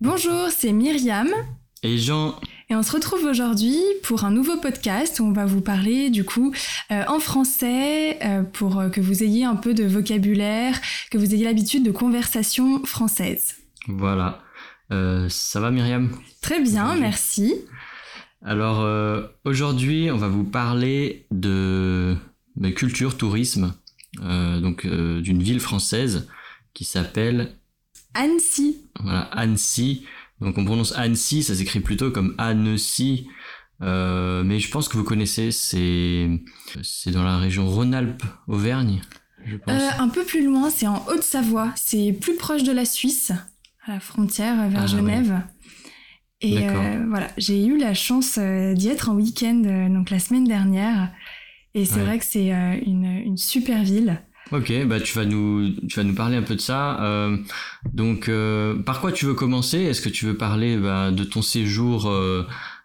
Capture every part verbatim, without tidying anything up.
Bonjour, c'est Myriam. Et Jean. Et on se retrouve aujourd'hui pour un nouveau podcast où on va vous parler du coup euh, en français euh, pour que vous ayez un peu de vocabulaire, que vous ayez l'habitude de conversation française. Voilà. Euh, ça va Myriam ? Très bien, Aujourd'hui. merci. Alors euh, aujourd'hui, on va vous parler de, de culture, tourisme, euh, donc euh, d'une ville française qui s'appelle Annecy. Voilà, Annecy. Donc on prononce Annecy, ça s'écrit plutôt comme Annecy, euh, mais je pense que vous connaissez, c'est c'est dans la région Rhône-Alpes-Auvergne, je pense. Euh, un peu plus loin, c'est en Haute-Savoie, c'est plus proche de la Suisse, à la frontière vers Ah, Genève. Ouais. Et euh, voilà, j'ai eu la chance d'y être en week-end, euh, donc la semaine dernière, et c'est ouais. vrai que c'est euh, une, une super ville. Ok, bah tu vas nous tu vas nous parler un peu de ça. Euh, donc euh, par quoi tu veux commencer ? Est-ce que tu veux parler bah, de ton séjour euh,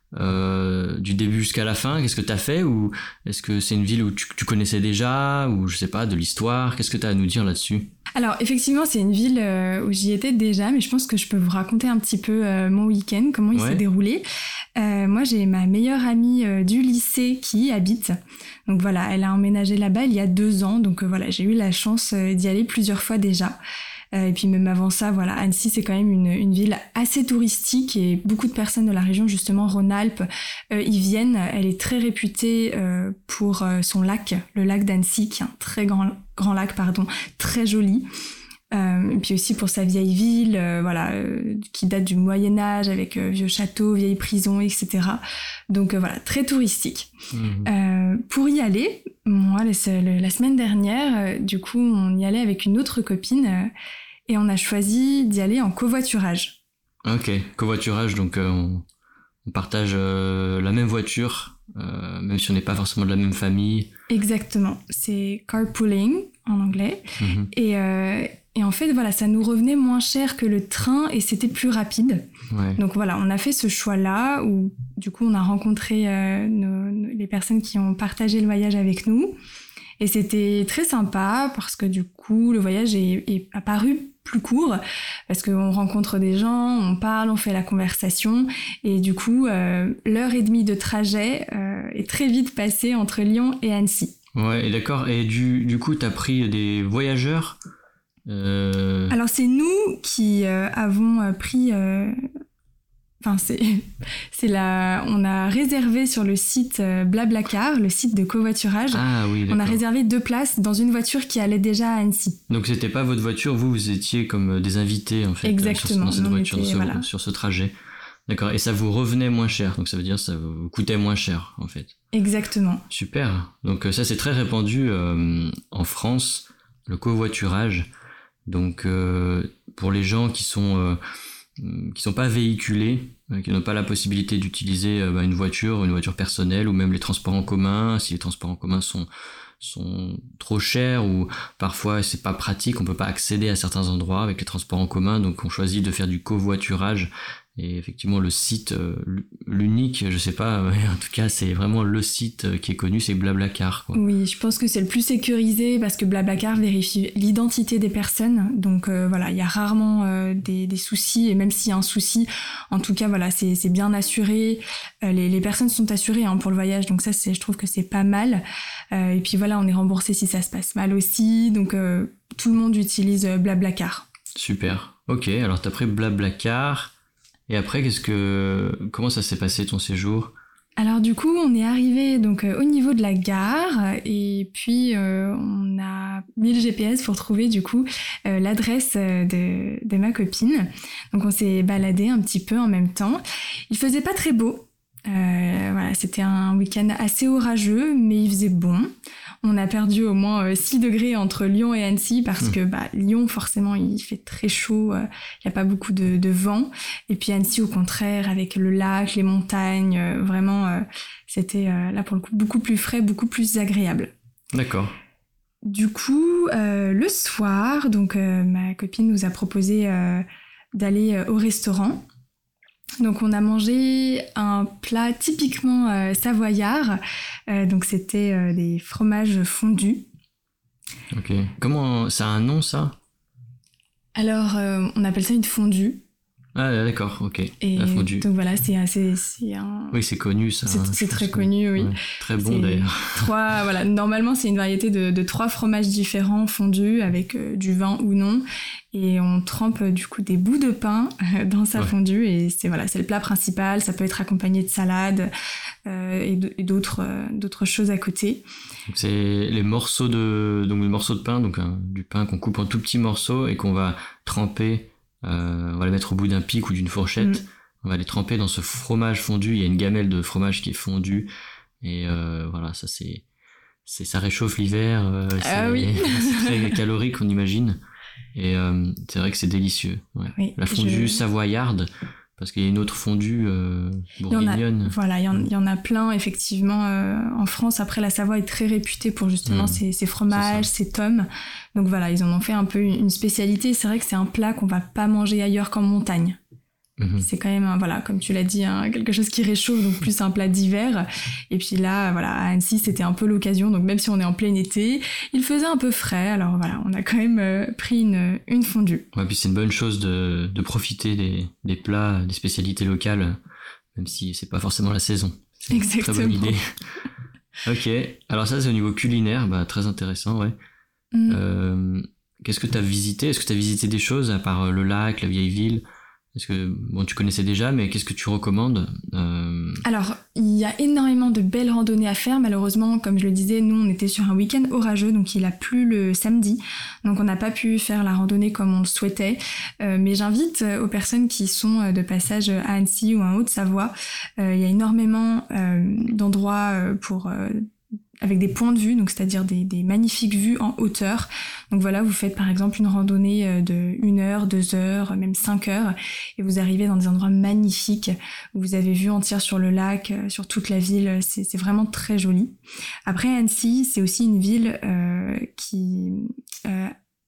euh, du début jusqu'à la fin ? Qu'est-ce que t'as fait ? Ou est-ce que c'est une ville où tu, tu connaissais déjà ? Ou je sais pas, de l'histoire ? Qu'est-ce que t'as à nous dire là-dessus ? Alors effectivement, c'est une ville euh, où j'y étais déjà, mais je pense que je peux vous raconter un petit peu euh, mon week-end, comment il ouais. s'est déroulé. Euh, moi, j'ai ma meilleure amie euh, du lycée qui y habite. Donc voilà, elle a emménagé là-bas il y a deux ans. Donc euh, voilà, j'ai eu la chance euh, d'y aller plusieurs fois déjà. Euh, et puis même avant ça, voilà, Annecy, c'est quand même une, une ville assez touristique et beaucoup de personnes de la région, justement Rhône-Alpes, euh, y viennent. Elle est très réputée euh, pour euh, son lac, le lac d'Annecy, qui est un très grand, grand lac, pardon, très joli. Euh, et puis aussi pour sa vieille ville, euh, voilà, euh, qui date du Moyen-Âge, avec euh, vieux châteaux, vieilles prisons, et cetera. Donc euh, voilà, très touristique. Mmh. Euh, pour y aller, moi, la, la semaine dernière, euh, du coup, on y allait avec une autre copine, euh, et on a choisi d'y aller en covoiturage. Ok, covoiturage, donc euh, on, on partage euh, la même voiture, euh, même si on n'est pas forcément de la même famille. Exactement, c'est carpooling en anglais. Mmh. Et, euh, et en fait, voilà, ça nous revenait moins cher que le train et c'était plus rapide. Ouais. Donc voilà, on a fait ce choix-là où du coup on a rencontré euh, nos, nos, les personnes qui ont partagé le voyage avec nous. Et c'était très sympa parce que du coup, le voyage est, est apparu plus court parce qu'on rencontre des gens, on parle, on fait la conversation et du coup, euh, l'heure et demie de trajet euh, est très vite passée entre Lyon et Annecy. Ouais, et d'accord. Et du, du coup, t'as pris des voyageurs euh... Alors, c'est nous qui euh, avons euh, pris... Euh... Enfin, c'est, c'est la, on a réservé sur le site Blablacar, le site de covoiturage. Ah oui, d'accord. On a réservé deux places dans une voiture qui allait déjà à Annecy. Donc c'était pas votre voiture, vous, vous étiez comme des invités en fait. Exactement. Sur, dans cette voiture, était, sur, voilà. sur ce trajet. D'accord. Et ça vous revenait moins cher, donc ça veut dire que ça vous coûtait moins cher en fait. Exactement. Super. Donc ça c'est très répandu euh, en France, le covoiturage. Donc euh, pour les gens qui sont euh, qui sont pas véhiculés, qui n'ont pas la possibilité d'utiliser euh, bah, une voiture, une voiture personnelle ou même les transports en commun, si les transports en commun sont sont trop chers ou parfois c'est pas pratique, on peut pas accéder à certains endroits avec les transports en commun, donc on choisit de faire du covoiturage. Et effectivement, le site, euh, l'unique, je sais pas, mais en tout cas, c'est vraiment le site qui est connu, c'est Blablacar, quoi. Oui, je pense que c'est le plus sécurisé parce que Blablacar vérifie l'identité des personnes. Donc euh, voilà, il y a rarement euh, des, des soucis. Et même s'il y a un souci, en tout cas, voilà, c'est, c'est bien assuré. Euh, les, les personnes sont assurées hein, pour le voyage. Donc ça, c'est, je trouve que c'est pas mal. Euh, et puis voilà, on est remboursé si ça se passe mal aussi. Donc euh, tout le monde utilise Blablacar. Super. Ok, alors t'as pris Blablacar. Et après, qu'est-ce que, comment ça s'est passé ton séjour ? Alors du coup, on est arrivé donc euh, au niveau de la gare et puis euh, on a mis le G P S pour trouver du coup euh, l'adresse de, de ma copine. Donc on s'est baladé un petit peu en même temps. Il faisait pas très beau. Euh, voilà, c'était un week-end assez orageux, mais il faisait bon. On a perdu au moins six degrés entre Lyon et Annecy parce mmh. que bah, Lyon, forcément, il fait très chaud, il euh, n'y a pas beaucoup de, de vent. Et puis Annecy, au contraire, avec le lac, les montagnes, euh, vraiment, euh, c'était euh, là pour le coup beaucoup plus frais, beaucoup plus agréable. D'accord. Du coup, euh, le soir, donc euh, ma copine nous a proposé euh, d'aller euh, au restaurant. Donc on a mangé un plat typiquement euh, savoyard, euh, donc c'était euh, des fromages fondus. Ok. Comment ça a un nom ça ? Alors euh, on appelle ça une fondue. Ah d'accord, ok. Et la fondue. Donc voilà, c'est assez... C'est un... Oui, c'est connu ça. C'est, hein, c'est très connu, oui. Ouais, très bon c'est d'ailleurs. Trois, voilà, normalement, c'est une variété de, de trois fromages différents fondus avec euh, du vin ou non. Et on trempe euh, du coup des bouts de pain euh, dans sa ouais. fondue. Et c'est, voilà, c'est le plat principal. Ça peut être accompagné de salade euh, et, de, et d'autres, euh, d'autres choses à côté. Donc c'est les morceaux de, donc les morceaux de pain, donc hein, du pain qu'on coupe en tout petits morceaux et qu'on va tremper. Euh, on va les mettre au bout d'un pic ou d'une fourchette. Mmh. On va les tremper dans ce fromage fondu. Il y a une gamelle de fromage qui est fondue. Et euh, voilà, ça c'est, c'est ça réchauffe l'hiver. Euh, c'est, ah oui. c'est très calorique, on imagine. Et euh, c'est vrai que c'est délicieux. Ouais. Oui, la fondue je... savoyarde, parce qu'il y a une autre fondue euh, bourguignonne. Il y a, voilà, il y, en, il y en a plein effectivement euh, en France. Après, la Savoie est très réputée pour justement mmh. ses, ses fromages, ses tomes. Donc voilà, ils en ont fait un peu une spécialité. C'est vrai que c'est un plat qu'on va pas manger ailleurs qu'en montagne. Mmh. C'est quand même, voilà, comme tu l'as dit, hein, quelque chose qui réchauffe, donc plus un plat d'hiver. Et puis là, voilà, à Annecy, c'était un peu l'occasion. Donc même si on est en plein été, il faisait un peu frais. Alors voilà, on a quand même euh, pris une, une fondue. Ouais, puis c'est une bonne chose de, de profiter des, des plats, des spécialités locales, même si c'est pas forcément la saison. C'est Exactement. Une très bonne idée. Ok, alors ça c'est au niveau culinaire, bah, très intéressant, ouais. Mmh. Euh, qu'est-ce que tu as visité ? Est-ce que tu as visité des choses à part le lac, la vieille ville ? Est-ce que, bon, tu connaissais déjà, mais qu'est-ce que tu recommandes ? euh... Alors, il y a énormément de belles randonnées à faire. Malheureusement, comme je le disais, nous, on était sur un week-end orageux, donc il a plu le samedi. Donc, on n'a pas pu faire la randonnée comme on le souhaitait. Euh, mais j'invite aux personnes qui sont de passage à Annecy ou en Haute-Savoie. Euh, il y a énormément euh, d'endroits pour... Euh, avec des points de vue, donc c'est-à-dire des, des magnifiques vues en hauteur. Donc voilà, vous faites par exemple une randonnée de une heure, deux heures, même cinq heures, et vous arrivez dans des endroits magnifiques où vous avez vue entière sur le lac, sur toute la ville. C'est, c'est vraiment très joli. Après, Annecy, c'est aussi une ville euh, qui euh,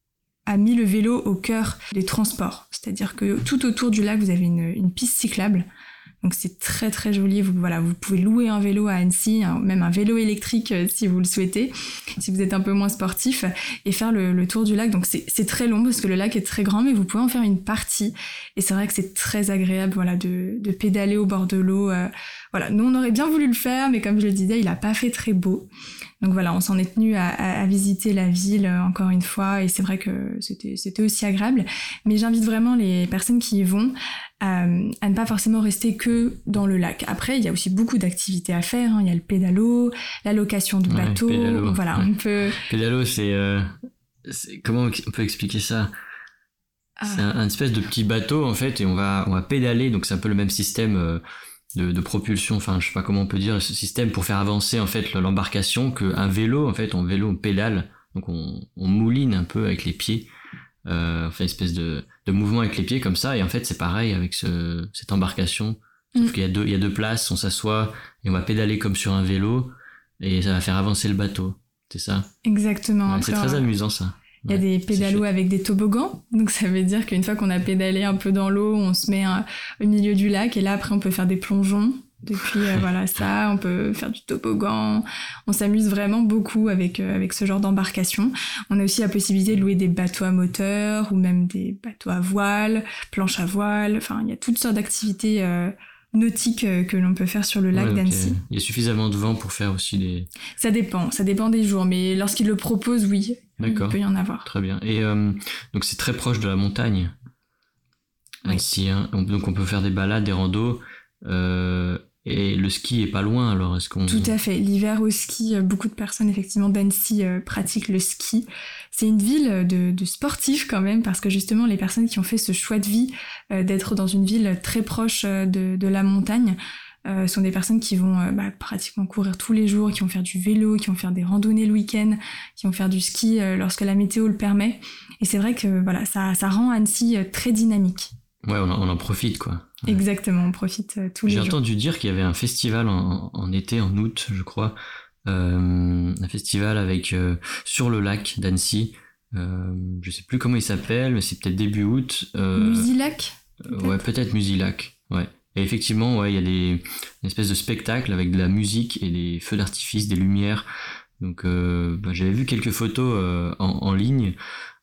a mis le vélo au cœur des transports. C'est-à-dire que tout autour du lac, vous avez une, une piste cyclable. Donc c'est très très joli. Vous, voilà, vous pouvez louer un vélo à Annecy, hein, même un vélo électrique euh, si vous le souhaitez, si vous êtes un peu moins sportif, et faire le, le tour du lac. Donc c'est, c'est très long parce que le lac est très grand, mais vous pouvez en faire une partie. Et c'est vrai que c'est très agréable, voilà, de, de pédaler au bord de l'eau. Euh, voilà, nous on aurait bien voulu le faire, mais comme je le disais, il a pas fait très beau. Donc voilà, on s'en est tenu à, à, à visiter la ville euh, encore une fois, et c'est vrai que c'était, c'était aussi agréable. Mais j'invite vraiment les personnes qui y vont Euh, à ne pas forcément rester que dans le lac. Après, il y a aussi beaucoup d'activités à faire, hein. Il y a le pédalo, la location de ouais, bateau, pédalo, voilà, ouais. on peut... Pédalo, c'est, euh, c'est... Comment on peut expliquer ça ? ah. C'est un, un espèce de petit bateau, en fait, et on va, on va pédaler, donc c'est un peu le même système euh, de, de propulsion, enfin, je sais pas comment on peut dire, ce système pour faire avancer, en fait, l'embarcation, qu'un vélo, en fait, en vélo, on pédale, donc on, on mouline un peu avec les pieds, euh, on fait une espèce de, de mouvement avec les pieds comme ça, et en fait c'est pareil avec ce, cette embarcation, sauf mmh. qu'il y a deux, il y a deux places, on s'assoit et on va pédaler comme sur un vélo et ça va faire avancer le bateau, c'est ça ? Exactement. Ouais, Après, c'est très amusant ça. Il y a ouais, des pédalos avec des toboggans, donc ça veut dire qu'une fois qu'on a pédalé un peu dans l'eau, on se met un, au milieu du lac, et là après on peut faire des plongeons. Depuis euh, voilà ça, on peut faire du toboggan, on s'amuse vraiment beaucoup avec euh, avec ce genre d'embarcation. On a aussi la possibilité de louer des bateaux à moteur ou même des bateaux à voile, planches à voile. Enfin, il y a toutes sortes d'activités euh, nautiques euh, que l'on peut faire sur le lac ouais, d'Annecy. Okay. Il y a suffisamment de vent pour faire aussi des. Ça dépend, ça dépend des jours, mais lorsqu'ils le proposent, oui, D'accord. il peut y en avoir. Très bien. Et euh, donc c'est très proche de la montagne. Annecy, oui. Hein. Donc on peut faire des balades, des randos. Euh, et le ski est pas loin, alors est-ce qu'on... Tout à fait. L'hiver au ski, beaucoup de personnes effectivement d'Annecy euh, pratiquent le ski. C'est une ville de, de sportifs quand même, parce que justement les personnes qui ont fait ce choix de vie euh, d'être dans une ville très proche de, de la montagne euh, sont des personnes qui vont euh, bah, pratiquement courir tous les jours, qui vont faire du vélo, qui vont faire des randonnées le week-end, qui vont faire du ski euh, lorsque la météo le permet. Et c'est vrai que voilà, ça, ça rend Annecy très dynamique. Ouais, on en, on en profite, quoi. Ouais. Exactement, on profite euh, tous les J'ai jours. J'ai entendu dire qu'il y avait un festival en, en été, en août, je crois. Euh, un festival avec euh, sur le lac d'Annecy. Euh, je sais plus comment il s'appelle, mais c'est peut-être début août. Euh, Musilac peut-être. Ouais, peut-être Musilac, ouais. Et effectivement, ouais, il y a des une espèce de spectacle avec de la musique et des feux d'artifice, des lumières. Donc, euh, bah, j'avais vu quelques photos euh, en, en ligne.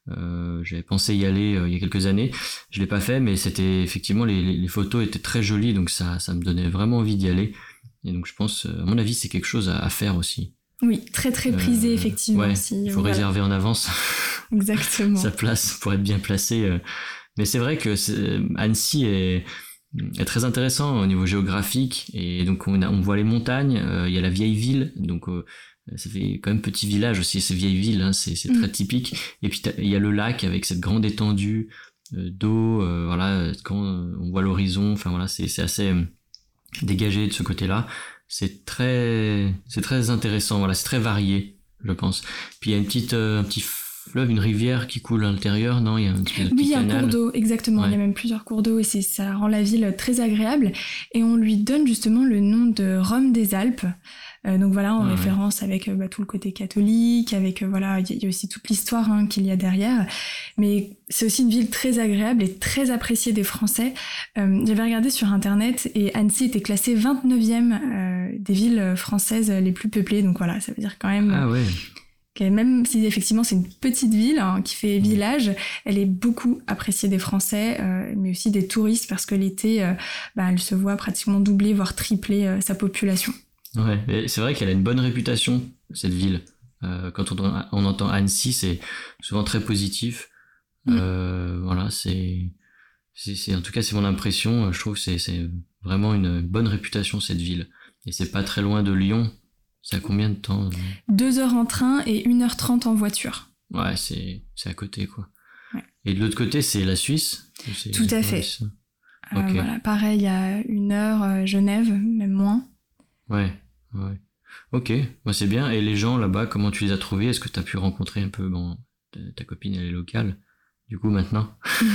Euh, j'avais pensé y aller euh, il y a quelques années, je l'ai pas fait, mais c'était effectivement les, les, les photos étaient très jolies, donc ça, ça me donnait vraiment envie d'y aller. Et donc je pense, à mon avis, c'est quelque chose à, à faire aussi. Oui, très très prisé euh, effectivement. Ouais, aussi, il faut voilà. réserver en avance. Exactement. sa place pour être bien placé. Euh. Mais c'est vrai que c'est, Annecy est, est très intéressant au niveau géographique, et donc on, a, on voit les montagnes, euh, il y a la vieille ville, donc euh, ça fait quand même petit village aussi, ces vieilles villes, hein, c'est, c'est très mmh. typique. Et puis il y a le lac avec cette grande étendue euh, d'eau, euh, voilà, quand on voit l'horizon, enfin voilà, c'est, c'est assez euh, dégagé de ce côté-là. C'est très, c'est très intéressant, voilà, c'est très varié, je pense. Puis il y a une petite, euh, un petit fleuve, une rivière qui coule à l'intérieur, non? Il y a un petit, oui, petit il y a canal. un cours d'eau, exactement. Ouais. Il y a même plusieurs cours d'eau et c'est, ça rend la ville très agréable. Et on lui donne justement le nom de Rome des Alpes. Euh, donc voilà, en ah, référence ouais. avec bah, tout le côté catholique, avec euh, voilà, il y, y a aussi toute l'histoire hein, qu'il y a derrière. Mais c'est aussi une ville très agréable et très appréciée des Français. Euh, j'avais regardé sur internet et Annecy était classée vingt-neuvième euh, des villes françaises les plus peuplées. Donc voilà, ça veut dire quand même ah, ouais. que même si effectivement c'est une petite ville hein, qui fait village, elle est beaucoup appréciée des Français, euh, mais aussi des touristes parce que l'été, euh, bah, elle se voit pratiquement doubler, voire tripler euh, sa population. Ouais, et c'est vrai qu'elle a une bonne réputation, cette ville. Euh, quand on, on entend Annecy, c'est souvent très positif. Mmh. Euh, voilà, c'est, c'est, c'est, en tout cas, c'est mon impression. Je trouve que c'est, c'est vraiment une bonne réputation, cette ville. Et c'est pas très loin de Lyon. C'est à combien de temps? Deux heures en train et une heure trente en voiture. Ouais, c'est, c'est à côté, quoi. Ouais. Et de l'autre côté, c'est la Suisse? C'est, tout à fait. Euh, okay. Voilà, pareil, il y a une heure, euh, Genève, même moins. Ouais, ouais. Ok, bah c'est bien. Et les gens là-bas, comment tu les as trouvés? Est-ce que tu as pu rencontrer un peu, bon, ta, ta copine, elle est locale, du coup, maintenant.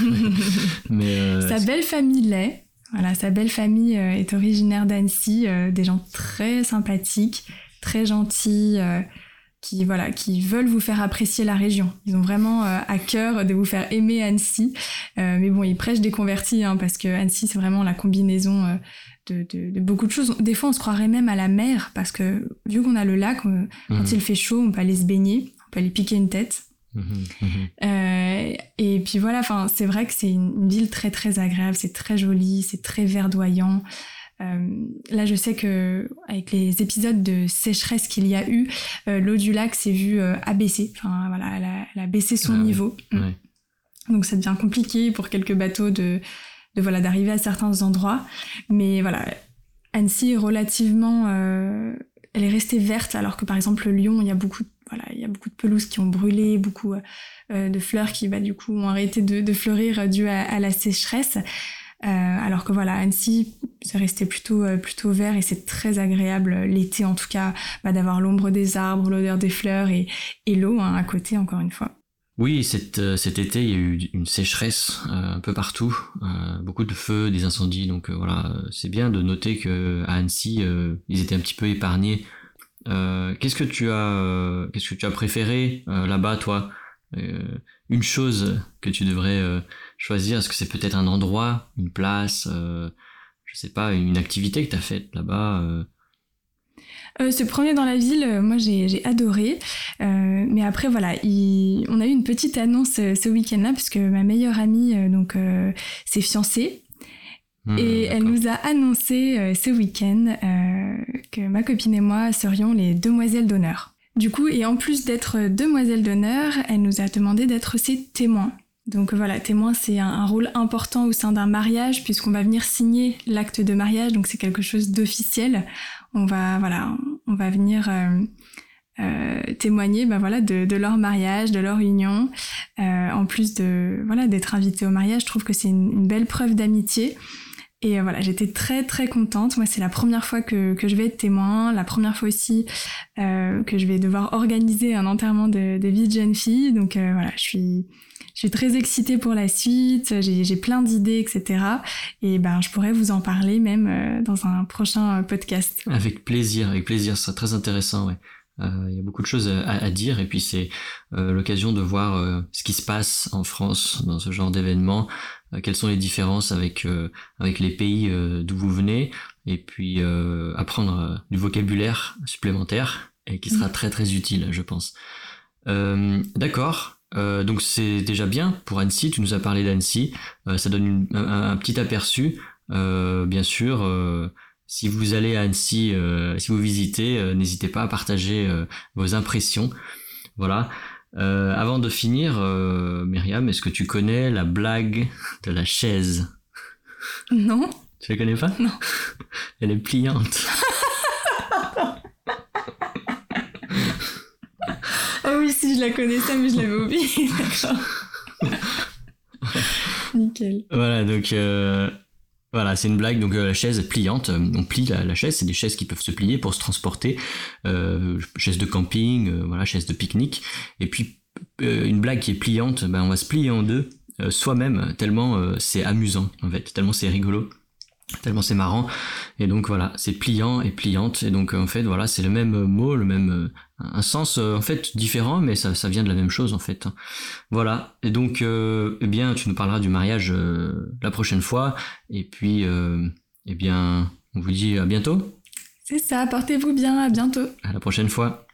Mais euh, sa belle famille l'est. Voilà, sa belle famille euh, est originaire d'Annecy, euh, des gens très sympathiques, très gentils, euh, qui voilà, qui veulent vous faire apprécier la région. Ils ont vraiment euh, à cœur de vous faire aimer Annecy. Euh, mais bon, ils prêchent des convertis, hein, parce que Annecy, c'est vraiment la combinaison euh, de, de, de beaucoup de choses. Des fois, on se croirait même à la mer, parce que vu qu'on a le lac, on, mmh. quand il fait chaud, on peut aller se baigner, on peut aller piquer une tête. Mmh, mmh. Euh, et puis voilà, enfin, c'est vrai que c'est une, une ville très très agréable, c'est très joli, c'est très verdoyant. Euh, là, je sais que avec les épisodes de sécheresse qu'il y a eu, euh, l'eau du lac s'est vue euh, abaisser. Enfin voilà, elle a, elle a baissé son ah, niveau. Ouais. Ouais. Donc ça devient compliqué pour quelques bateaux de, de voilà d'arriver à certains endroits. Mais voilà, Annecy est relativement, euh, elle est restée verte, alors que par exemple Lyon, il y a beaucoup de Voilà, il y a beaucoup de pelouses qui ont brûlé, beaucoup euh, de fleurs qui, bah, du coup, ont arrêté de, de fleurir dû à, à la sécheresse. Euh, alors que voilà, Annecy, c'est resté plutôt, euh, plutôt vert et c'est très agréable l'été, en tout cas, bah, d'avoir l'ombre des arbres, l'odeur des fleurs et, et l'eau hein, à côté, encore une fois. Oui, cet, euh, cet été, il y a eu une sécheresse euh, un peu partout, euh, beaucoup de feux, des incendies. Donc euh, voilà, c'est bien de noter que à Annecy, euh, ils étaient un petit peu épargnés. Euh, qu'est-ce que tu as, euh, qu'est-ce que tu as préféré euh, là-bas, toi? euh, Une chose que tu devrais euh, choisir, est-ce que c'est peut-être un endroit, une place, euh, je sais pas, une activité que tu as faite là-bas euh... Euh, se promener dans la ville, euh, moi j'ai, j'ai adoré. Euh, mais après voilà, il, on a eu une petite annonce euh, ce week-end-là parce que ma meilleure amie euh, donc euh, s'est fiancée. Mmh, et d'accord. Elle nous a annoncé euh, ce week-end euh, que ma copine et moi serions les demoiselles d'honneur. Du coup, et en plus d'être demoiselles d'honneur, elle nous a demandé d'être ses témoins. Donc voilà, témoin, c'est un, un rôle important au sein d'un mariage puisqu'on va venir signer l'acte de mariage, donc c'est quelque chose d'officiel. On va voilà, on va venir euh, euh, témoigner, bah voilà, de, de leur mariage, de leur union. Euh, en plus de voilà d'être invité au mariage, je trouve que c'est une, une belle preuve d'amitié. Et euh, voilà, j'étais très très contente. Moi, c'est la première fois que, que je vais être témoin, la première fois aussi euh, que je vais devoir organiser un enterrement de, de vie de jeune fille. Donc euh, voilà, je suis, je suis très excitée pour la suite, j'ai, j'ai plein d'idées, et cetera. Et ben, je pourrais vous en parler même euh, dans un prochain podcast. Avec plaisir, avec plaisir, ce sera très intéressant, ouais. Il euh, y a beaucoup de choses à, à dire et puis c'est euh, l'occasion de voir euh, ce qui se passe en France dans ce genre d'événements, euh, quelles sont les différences avec euh, avec les pays euh, d'où vous venez et puis euh, apprendre euh, du vocabulaire supplémentaire et qui sera très très utile, je pense. Euh, d'accord. Euh, donc c'est déjà bien pour Annecy, tu nous as parlé d'Annecy, euh, ça donne une, un, un petit aperçu. Euh, bien sûr, euh, si vous allez à Annecy, euh, si vous visitez, euh, n'hésitez pas à partager euh, vos impressions. Voilà. Euh, avant de finir, euh, Myriam, est-ce que tu connais la blague de la chaise? Non. Tu la connais pas? Non. Elle est pliante. Ah oui, si, je la connaissais, mais je l'avais oubliée. D'accord. Nickel. Voilà, donc euh, voilà, c'est une blague. Donc euh, la chaise pliante, on plie la, la chaise, c'est des chaises qui peuvent se plier pour se transporter, euh, chaise de camping, euh, voilà, chaise de pique-nique. Et puis euh, une blague qui est pliante, ben on va se plier en deux euh, soi-même, tellement euh, c'est amusant en fait, tellement c'est rigolo. Tellement c'est marrant, et donc voilà, c'est pliant et pliante, et donc en fait voilà, c'est le même mot, le même un sens en fait différent, mais ça, ça vient de la même chose en fait. Voilà, et donc euh, eh bien tu nous parleras du mariage euh, la prochaine fois, et puis euh, eh bien on vous dit à bientôt. C'est ça, portez-vous bien, à bientôt. À la prochaine fois.